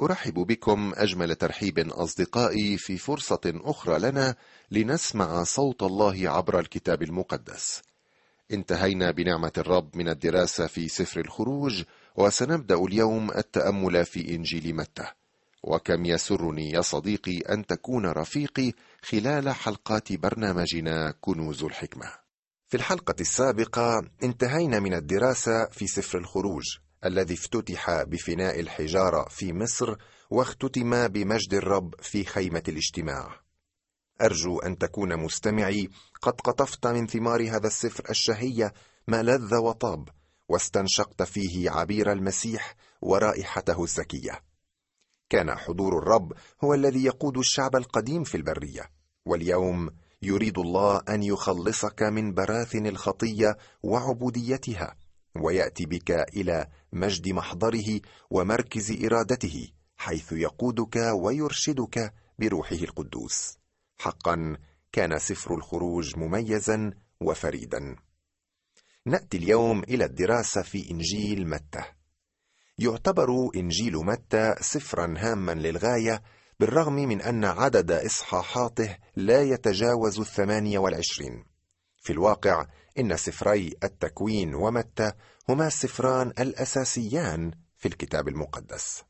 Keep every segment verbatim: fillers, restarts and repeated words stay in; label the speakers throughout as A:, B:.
A: أرحب بكم أجمل ترحيب أصدقائي في فرصة أخرى لنا لنسمع صوت الله عبر الكتاب المقدس. انتهينا بنعمة الرب من الدراسة في سفر الخروج، وسنبدأ اليوم التأمل في إنجيل متى. وكم يسرني يا صديقي أن تكون رفيقي خلال حلقات برنامجنا كنوز الحكمة. في الحلقة السابقة انتهينا من الدراسة في سفر الخروج الذي افتتح بفناء الحجارة في مصر، واختتم بمجد الرب في خيمة الاجتماع. أرجو أن تكون مستمعي قد قطفت من ثمار هذا السفر الشهية ما لذ وطاب، واستنشقت فيه عبير المسيح ورائحته الزكية. كان حضور الرب هو الذي يقود الشعب القديم في البرية، واليوم يريد الله أن يخلصك من براثن الخطية وعبوديتها، ويأتي بك إلى مجد محضره ومركز إرادته، حيث يقودك ويرشدك بروحه القدوس. حقا كان سفر الخروج مميزا وفريدا. نأتي اليوم إلى الدراسة في إنجيل متى. يعتبر إنجيل متى سفرا هاما للغاية، بالرغم من أن عدد إصحاحاته لا يتجاوز الثمانية والعشرين. في الواقع إن سفري التكوين ومتى هما السفران الأساسيان في الكتاب المقدس.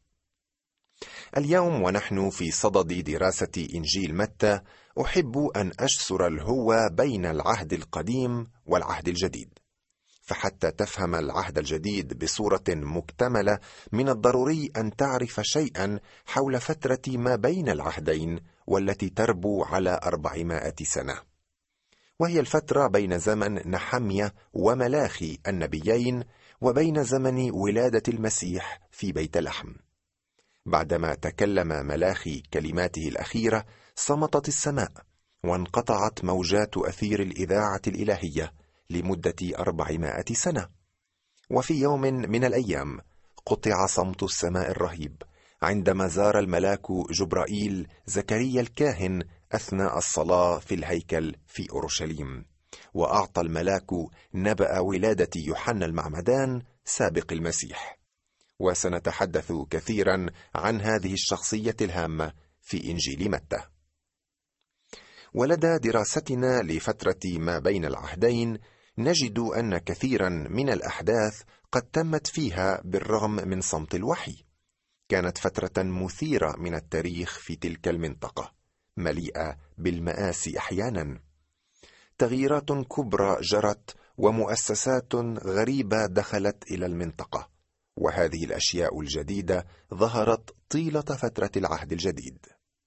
A: اليوم ونحن في صدد دراسة إنجيل متى، أحب أن أجسر الهوة بين العهد القديم والعهد الجديد. فحتى تفهم العهد الجديد بصورة مكتملة، من الضروري أن تعرف شيئا حول فترة ما بين العهدين، والتي تربو على أربعمائة سنة، وهي الفترة بين زمن نحمية وملاخي النبيين وبين زمن ولادة المسيح في بيت لحم. بعدما تكلم ملاخي كلماته الأخيرة، صمتت السماء وانقطعت موجات أثير الإذاعة الإلهية لمدة أربعمائة سنة. وفي يوم من الأيام قطع صمت السماء الرهيب عندما زار الملاك جبرائيل زكريا الكاهن أثناء الصلاة في الهيكل في أورشليم، وأعطى الملاك نبأ ولادة يوحنا المعمدان سابق المسيح. وسنتحدث كثيرا عن هذه الشخصية الهامة في إنجيل متى. ولدى دراستنا لفترة ما بين العهدين، نجد أن كثيرا من الأحداث قد تمت فيها بالرغم من صمت الوحي. كانت فترة مثيرة من التاريخ في تلك المنطقة، مليئة بالمآسي أحيانا. تغييرات كبرى جرت، ومؤسسات غريبة دخلت إلى المنطقة، وهذه الأشياء الجديدة ظهرت طيلة فترة العهد الجديد.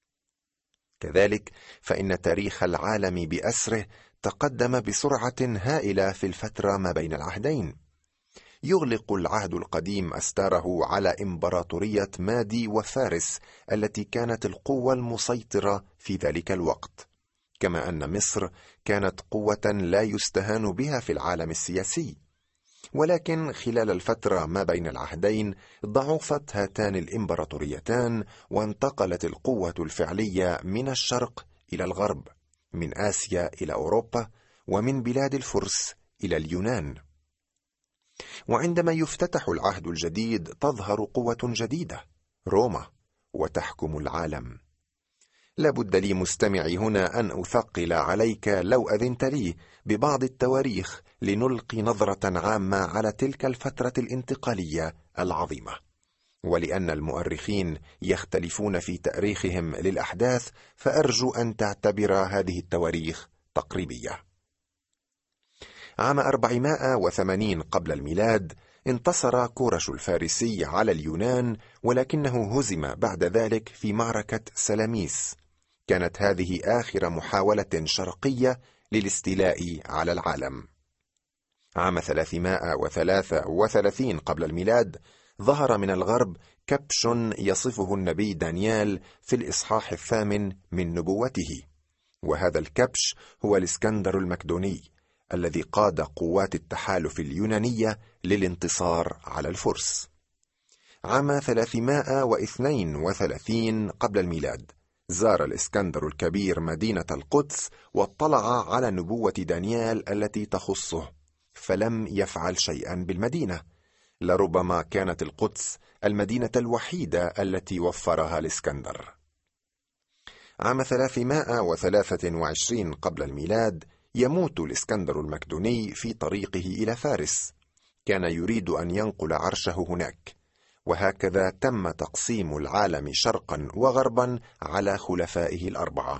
A: كذلك فإن تاريخ العالم بأسره تقدم بسرعة هائلة في الفترة ما بين العهدين. يغلق العهد القديم أستاره على إمبراطورية مادي وفارس التي كانت القوة المسيطرة في ذلك الوقت، كما أن مصر كانت قوة لا يستهان بها في العالم السياسي. ولكن خلال الفترة ما بين العهدين ضعفت هاتان الإمبراطوريتان، وانتقلت القوة الفعلية من الشرق إلى الغرب، من آسيا إلى أوروبا، ومن بلاد الفرس إلى اليونان. وعندما يفتتح العهد الجديد تظهر قوة جديدة، روما، وتحكم العالم. لابد لي مستمعي هنا أن أثقل عليك، لو أذنت لي، ببعض التواريخ لنلقي نظرة عامة على تلك الفترة الانتقالية العظيمة. ولأن المؤرخين يختلفون في تاريخهم للأحداث، فأرجو أن تعتبر هذه التواريخ تقريبية. عام أربعمائة وثمانين قبل الميلاد انتصر كورش الفارسي على اليونان، ولكنه هزم بعد ذلك في معركة سلاميس. كانت هذه آخر محاولة شرقية للاستيلاء على العالم. عام ثلاثمائة وثلاثة وثلاثين قبل الميلاد ظهر من الغرب كبش يصفه النبي دانيال في الإصحاح الثامن من نبوته، وهذا الكبش هو الإسكندر المكدوني الذي قاد قوات التحالف اليونانية للانتصار على الفرس. عام ثلاثمائة واثنين وثلاثين قبل الميلاد زار الإسكندر الكبير مدينة القدس، واطلع على نبوة دانيال التي تخصه، فلم يفعل شيئا بالمدينة. لربما كانت القدس
B: المدينة الوحيدة التي وفرها الإسكندر. عام ثلاثمائة وثلاثة وعشرين قبل الميلاد يموت الإسكندر المقدوني في طريقه إلى فارس. كان يريد أن ينقل عرشه هناك، وهكذا تم تقسيم العالم شرقا وغربا على خلفائه الأربعة.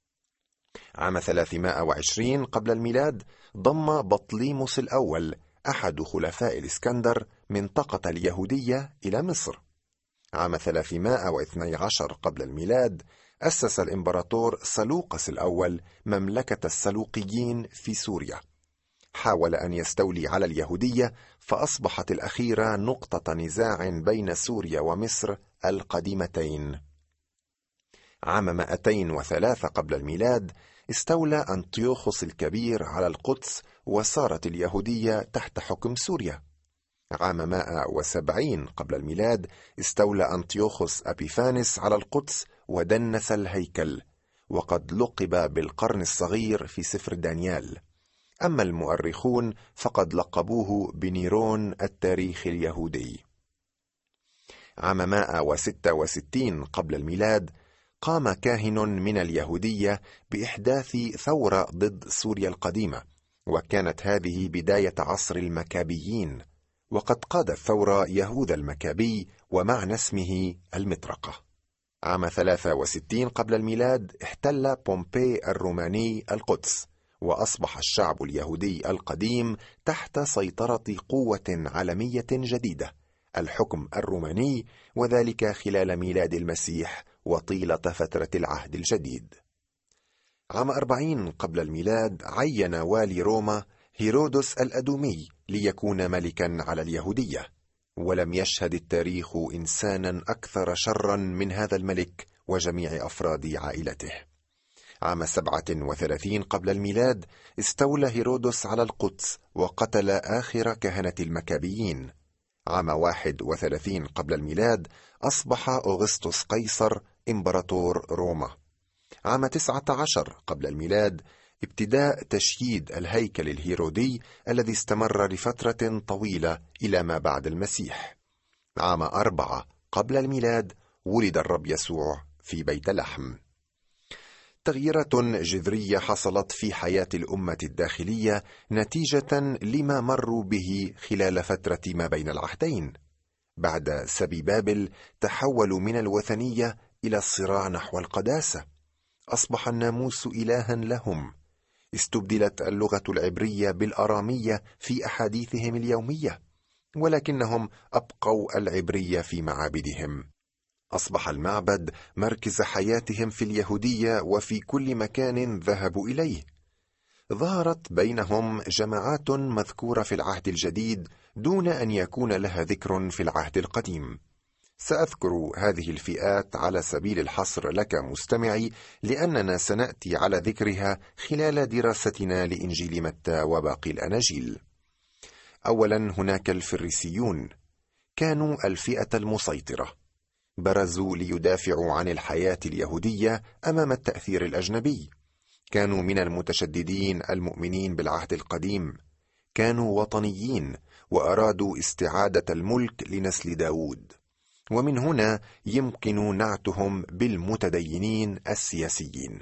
B: عام ثلاثمائة وعشرين قبل الميلاد ضم بطليموس الأول أحد خلفاء الإسكندر منطقة اليهودية إلى مصر. عام ثلاثمائة واثني عشر قبل الميلاد أسس الإمبراطور سلوقس الأول مملكة السلوقيين في سوريا. حاول أن يستولي على اليهودية، فأصبحت الأخيرة نقطة نزاع بين سوريا ومصر القديمتين. عام مئتين وثلاثة قبل الميلاد استولى أنطيوخوس الكبير على القدس، وصارت اليهودية تحت حكم سوريا. عام مئة وسبعين قبل الميلاد استولى أنطيوخوس أبيفانس على القدس ودنس الهيكل، وقد لقب بالقرن الصغير في سفر دانيال. أما المؤرخون فقد لقبوه بنيرون التاريخ اليهودي. عام مئة وستة وستين قبل الميلاد قام كاهن من اليهودية بإحداث ثورة ضد سوريا القديمة، وكانت هذه بداية عصر المكابيين، وقد قاد الثورة يهوذا المكابي ومعنى اسمه المطرقة. عام ثلاثة وستين قبل الميلاد احتل بومبي الروماني القدس، وأصبح الشعب اليهودي القديم تحت سيطرة قوة عالمية جديدة، الحكم الروماني، وذلك خلال ميلاد المسيح وطيلة فترة العهد الجديد. عام أربعين قبل الميلاد عين والي روما هيرودس الأدومي ليكون ملكا على اليهودية، ولم يشهد التاريخ إنسانا أكثر شرا من هذا الملك وجميع أفراد عائلته. عام سبعة وثلاثين قبل الميلاد استولى هيرودس على القدس وقتل آخر كهنة المكابيين. عام واحد وثلاثين قبل الميلاد أصبح أغسطس قيصر إمبراطور روما. عام تسعة عشر قبل الميلاد ابتداء تشييد الهيكل الهيرودي الذي استمر لفترة طويلة إلى ما بعد المسيح. عام أربعة قبل الميلاد ولد الرب يسوع في بيت لحم. تغييرات جذرية حصلت في حياة الأمة الداخلية نتيجة لما مروا به خلال فترة ما بين العهدين. بعد سبي بابل تحولوا من الوثنية إلى الصراع نحو القداسة. أصبح الناموس إلها لهم. استبدلت اللغة العبرية بالأرامية في أحاديثهم اليومية، ولكنهم أبقوا العبرية في معابدهم. أصبح المعبد مركز حياتهم في اليهودية وفي كل مكان ذهبوا إليه. ظهرت بينهم جماعات مذكورة في العهد الجديد دون أن يكون لها ذكر في العهد القديم. سأذكر هذه الفئات على سبيل الحصر لك مستمعي، لأننا سنأتي على ذكرها خلال دراستنا لإنجيل متى وباقي الأناجيل. أولا، هناك الفريسيون، كانوا الفئة المسيطرة، برزوا ليدافعوا عن الحياة اليهودية أمام التأثير الأجنبي. كانوا من المتشددين المؤمنين بالعهد القديم، كانوا وطنيين وأرادوا استعادة الملك لنسل داود، ومن هنا يمكن نعتهم بالمتدينين السياسيين.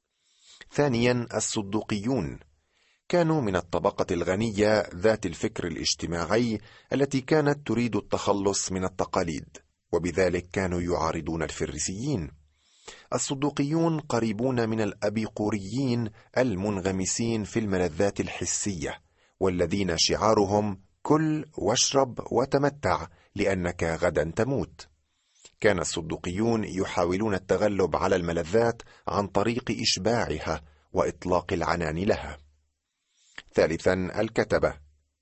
B: ثانيا، الصدوقيون، كانوا من الطبقة الغنية ذات الفكر الاجتماعي التي كانت تريد التخلص من التقاليد، وبذلك كانوا يعارضون الفريسيين. الصدوقيون قريبون من الأبيقوريين المنغمسين في الملذات الحسية، والذين شعارهم كل واشرب وتمتع لأنك غدا تموت. كان الصدوقيون يحاولون التغلب على الملذات عن طريق إشباعها وإطلاق العنان لها. ثالثا، الكتبة،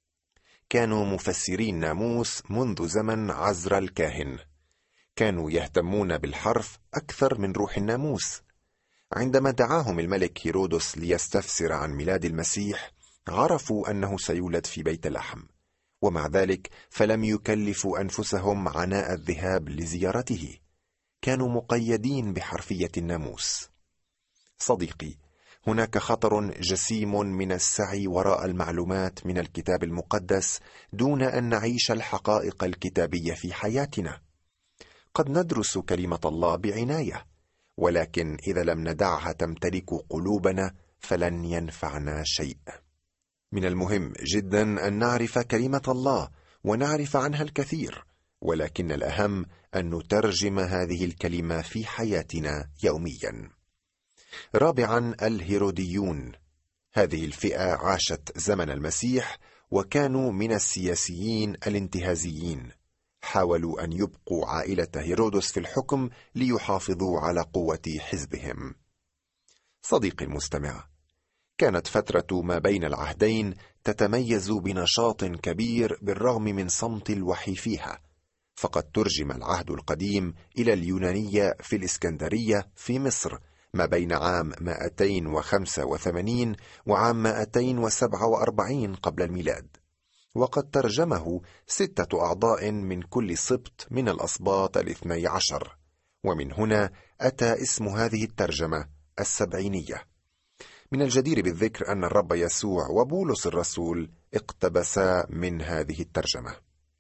B: كانوا مفسرين ناموس منذ زمن عزرا الكاهن. كانوا يهتمون بالحرف أكثر من روح الناموس. عندما دعاهم الملك هيرودس ليستفسر عن ميلاد المسيح، عرفوا أنه سيولد في بيت لحم، ومع ذلك فلم يكلفوا أنفسهم عناء الذهاب لزيارته. كانوا مقيدين بحرفية الناموس. صديقي، هناك خطر جسيم من السعي وراء المعلومات من الكتاب المقدس دون أن نعيش الحقائق الكتابية في حياتنا. قد ندرس كلمة الله بعناية، ولكن إذا لم ندعها تمتلك قلوبنا فلن ينفعنا شيء. من المهم جدا أن نعرف كلمة الله ونعرف عنها الكثير، ولكن الأهم أن نترجم هذه الكلمة في حياتنا يوميا. رابعا، الهيروديون. هذه الفئة عاشت زمن المسيح وكانوا من السياسيين الانتهازيين، حاولوا أن يبقوا عائلة هيرودس في الحكم ليحافظوا على قوة حزبهم. صديقي المستمع، كانت فترة ما بين العهدين تتميز بنشاط كبير بالرغم من صمت الوحي فيها، فقد ترجم العهد القديم إلى اليونانية في الإسكندرية في مصر ما بين عام مئتين وخمسة وثمانين وعام مئتين وسبعة وأربعين قبل الميلاد، وقد ترجمه ستة أعضاء من كل سبط من الأسباط الاثني عشر، ومن هنا أتى اسم هذه الترجمة السبعينية. من الجدير بالذكر أن الرب يسوع وبولس الرسول اقتبسا من هذه الترجمة.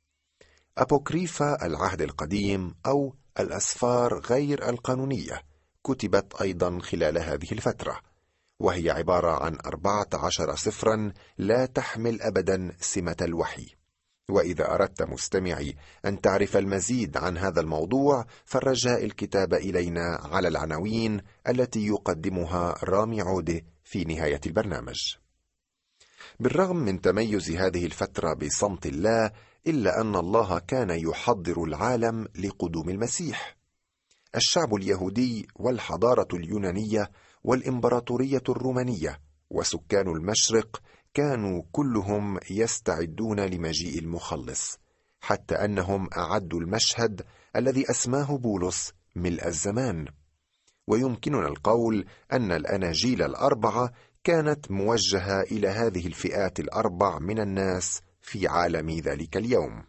B: أبوكريفا العهد القديم أو الأسفار غير القانونية كتبت أيضا خلال هذه الفترة، وهي عبارة عن أربعة عشر سفرا لا تحمل أبدا سمة الوحي. وإذا أردت مستمعي أن تعرف المزيد عن هذا الموضوع فالرجاء الكتاب إلينا على العناوين التي يقدمها رامي عودة في نهاية البرنامج. بالرغم من تميز هذه الفترة بصمت الله، إلا أن الله كان يحضر العالم لقدوم المسيح. الشعب اليهودي والحضارة اليونانية والإمبراطورية الرومانية وسكان المشرق كانوا كلهم يستعدون لمجيء المخلص، حتى أنهم أعدوا المشهد الذي أسماه بولس ملء الزمان. ويمكننا القول أن الأناجيل الأربعة كانت موجهة إلى هذه الفئات الأربع من الناس في عالم ذلك اليوم.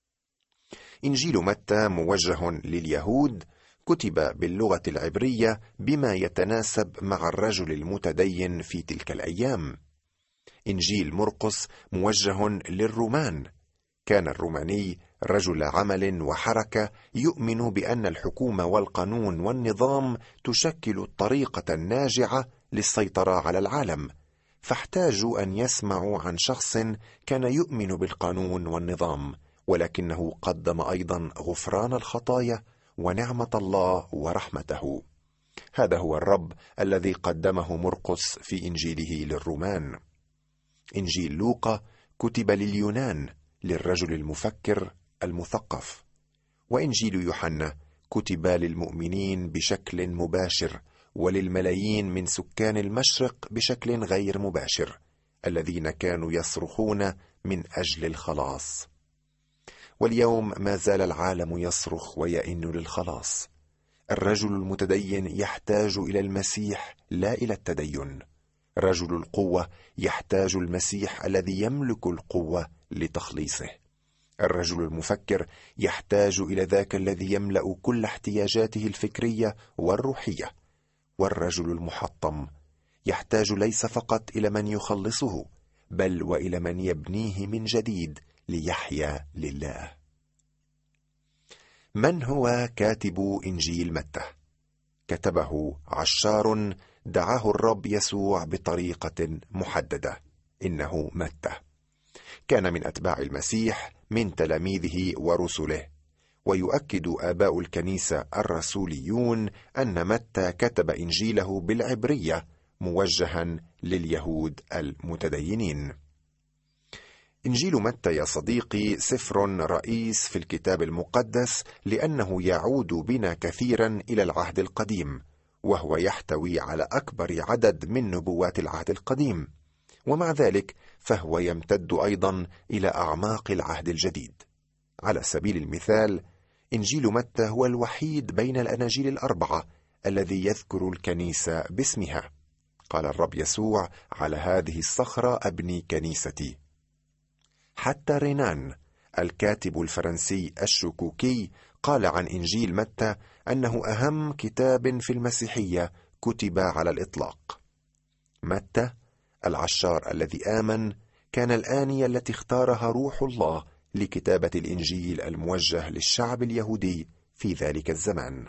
B: إنجيل متى موجه لليهود، كتب باللغة العبرية بما يتناسب مع الرجل المتدين في تلك الأيام. إنجيل مرقس موجه للرومان، كان الروماني رجل عمل وحركة يؤمن بأن الحكومة والقانون والنظام تشكل الطريقة الناجعة للسيطرة على العالم، فاحتاجوا أن يسمعوا عن شخص كان يؤمن بالقانون والنظام، ولكنه قدم أيضا غفران الخطايا ونعمة الله ورحمته. هذا هو الرب الذي قدمه مرقس في إنجيله للرومان. إنجيل لوقا كتب لليونان، للرجل المفكر المثقف. وإنجيل يوحنا كتب للمؤمنين بشكل مباشر، وللملايين من سكان المشرق بشكل غير مباشر، الذين كانوا يصرخون من أجل الخلاص. واليوم ما زال العالم يصرخ ويئن للخلاص. الرجل المتدين يحتاج إلى المسيح لا إلى التدين. رجل القوة يحتاج المسيح الذي يملك القوة لتخليصه. الرجل المفكر يحتاج إلى ذاك الذي يملأ كل احتياجاته الفكرية والروحية. والرجل المحطم يحتاج ليس فقط إلى من يخلصه، بل وإلى من يبنيه من جديد ليحيا لله. من هو كاتب إنجيل متى؟ كتبه عشار دعاه الرب يسوع بطريقة محددة، إنه متى. كان من أتباع المسيح من تلاميذه ورسله، ويؤكد آباء الكنيسة الرسوليون أن متى كتب إنجيله بالعبرية موجها لليهود المتدينين. إنجيل متى يا صديقي سفر رئيس في الكتاب المقدس، لأنه يعود بنا كثيرا إلى العهد القديم، وهو يحتوي على أكبر عدد من نبوات العهد القديم، ومع ذلك فهو يمتد أيضا إلى أعماق العهد الجديد. على سبيل المثال، إنجيل متى هو الوحيد بين الأناجيل الأربعة الذي يذكر الكنيسة باسمها. قال الرب يسوع: على هذه الصخرة أبني كنيستي. حتى رينان الكاتب الفرنسي الشكوكي قال عن إنجيل متى أنه أهم كتاب في المسيحية كتب على الإطلاق. متى العشار الذي آمن كان الآنية التي اختارها روح الله لكتابة الإنجيل الموجه للشعب اليهودي في ذلك الزمان.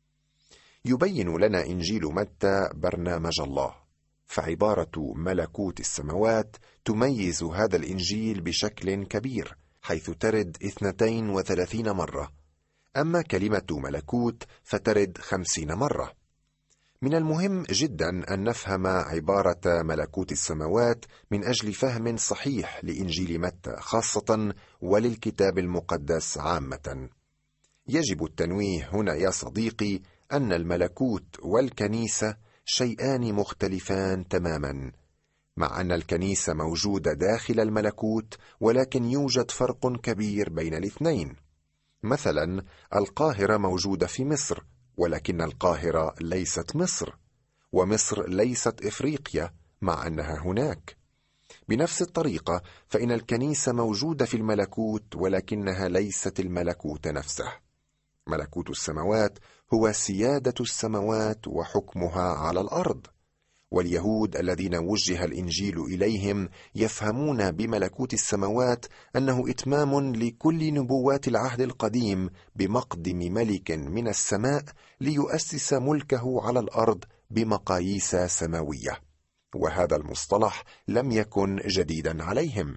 B: يبين لنا إنجيل متى برنامج الله، فعبارة ملكوت السماوات تميز هذا الإنجيل بشكل كبير، حيث ترد اثنتين وثلاثين مرة، أما كلمة ملكوت فترد خمسين مرة. من المهم جدا أن نفهم عبارة ملكوت السماوات من أجل فهم صحيح لإنجيل متى خاصة وللكتاب المقدس عامة. يجب التنويه هنا يا صديقي أن الملكوت والكنيسة شيئان مختلفان تماما، مع أن الكنيسة موجودة داخل الملكوت، ولكن يوجد فرق كبير بين الاثنين. مثلا القاهرة موجودة في مصر، ولكن القاهرة ليست مصر، ومصر ليست إفريقيا مع أنها هناك. بنفس الطريقة فإن الكنيسة موجودة في الملكوت، ولكنها ليست الملكوت نفسه. ملكوت السماوات هو سيادة السماوات وحكمها على الأرض، واليهود الذين وجه الإنجيل إليهم يفهمون بملكوت السماوات أنه إتمام لكل نبوات العهد القديم بمقدم ملك من السماء ليؤسس ملكه على الأرض بمقاييس سماوية، وهذا المصطلح لم يكن جديدا عليهم.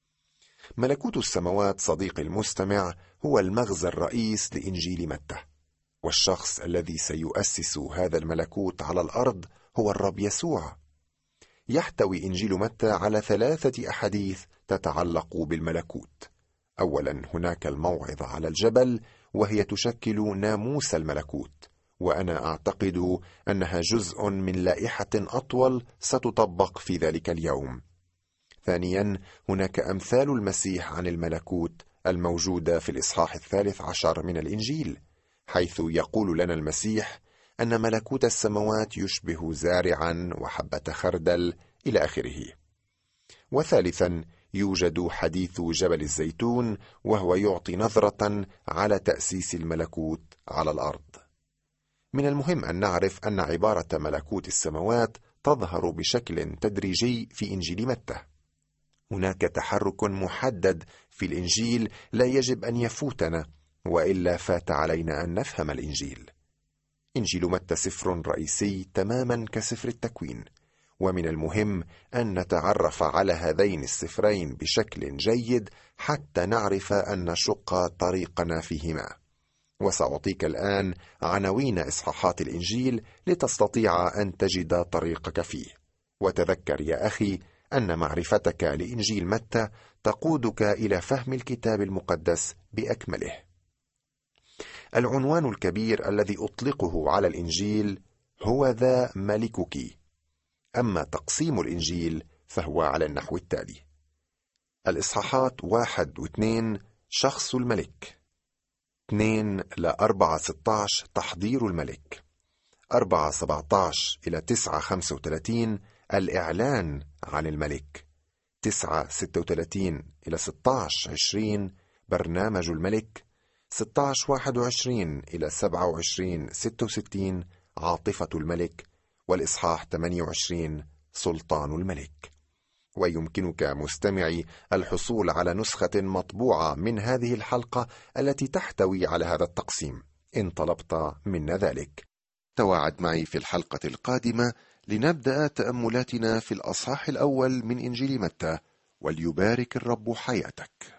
B: ملكوت السماوات صديقي المستمع هو المغزى الرئيس لإنجيل متى، والشخص الذي سيؤسس هذا الملكوت على الأرض هو الرب يسوع. يحتوي إنجيل متى على ثلاثة أحاديث تتعلق بالملكوت. أولا هناك الموعظة على الجبل، وهي تشكل ناموس الملكوت، وأنا أعتقد أنها جزء من لائحة أطول ستطبق في ذلك اليوم. ثانيا هناك أمثال المسيح عن الملكوت الموجودة في الإصحاح الثالث عشر من الإنجيل، حيث يقول لنا المسيح أن ملكوت السماوات يشبه زارعا وحبة خردل إلى آخره. وثالثا يوجد حديث جبل الزيتون، وهو يعطي نظرة على تأسيس الملكوت على الأرض. من المهم أن نعرف أن عبارة ملكوت السماوات تظهر بشكل تدريجي في إنجيل متى. هناك تحرك محدد في الإنجيل لا يجب أن يفوتنا، وإلا فات علينا أن نفهم الإنجيل. إنجيل متى سفر رئيسي تماما كسفر التكوين، ومن المهم أن نتعرف على هذين السفرين بشكل جيد حتى نعرف أن نشق طريقنا فيهما. وسأعطيك الآن عناوين إصحاحات الإنجيل لتستطيع أن تجد طريقك فيه. وتذكر يا أخي أن معرفتك لإنجيل متى تقودك إلى فهم الكتاب المقدس بأكمله. العنوان الكبير الذي أطلقه على الإنجيل هو ذا ملكك. أما تقسيم الإنجيل فهو على النحو التالي: الإصحاحات واحد واثنين شخص الملك، اثنين لأربعة ستة عشر تحضير الملك، أربعة سبعة عشر إلى تسعة خمسة وثلاثين الإعلان عن الملك، تسعة ستة وثلاثين إلى ستة عشر عشرين برنامج الملك، ستة عشر واحد وعشرين إلى سبعة وعشرين ستة وستين عاطفة الملك، والإصحاح ثمانية وعشرين سلطان الملك. ويمكنك مستمعي الحصول على نسخة مطبوعة من هذه الحلقة التي تحتوي على هذا التقسيم إن طلبت منا ذلك.
A: تواعد معي في الحلقة القادمة لنبدأ تأملاتنا في الأصحاح الأول من إنجيل متى، وليبارك الرب حياتك.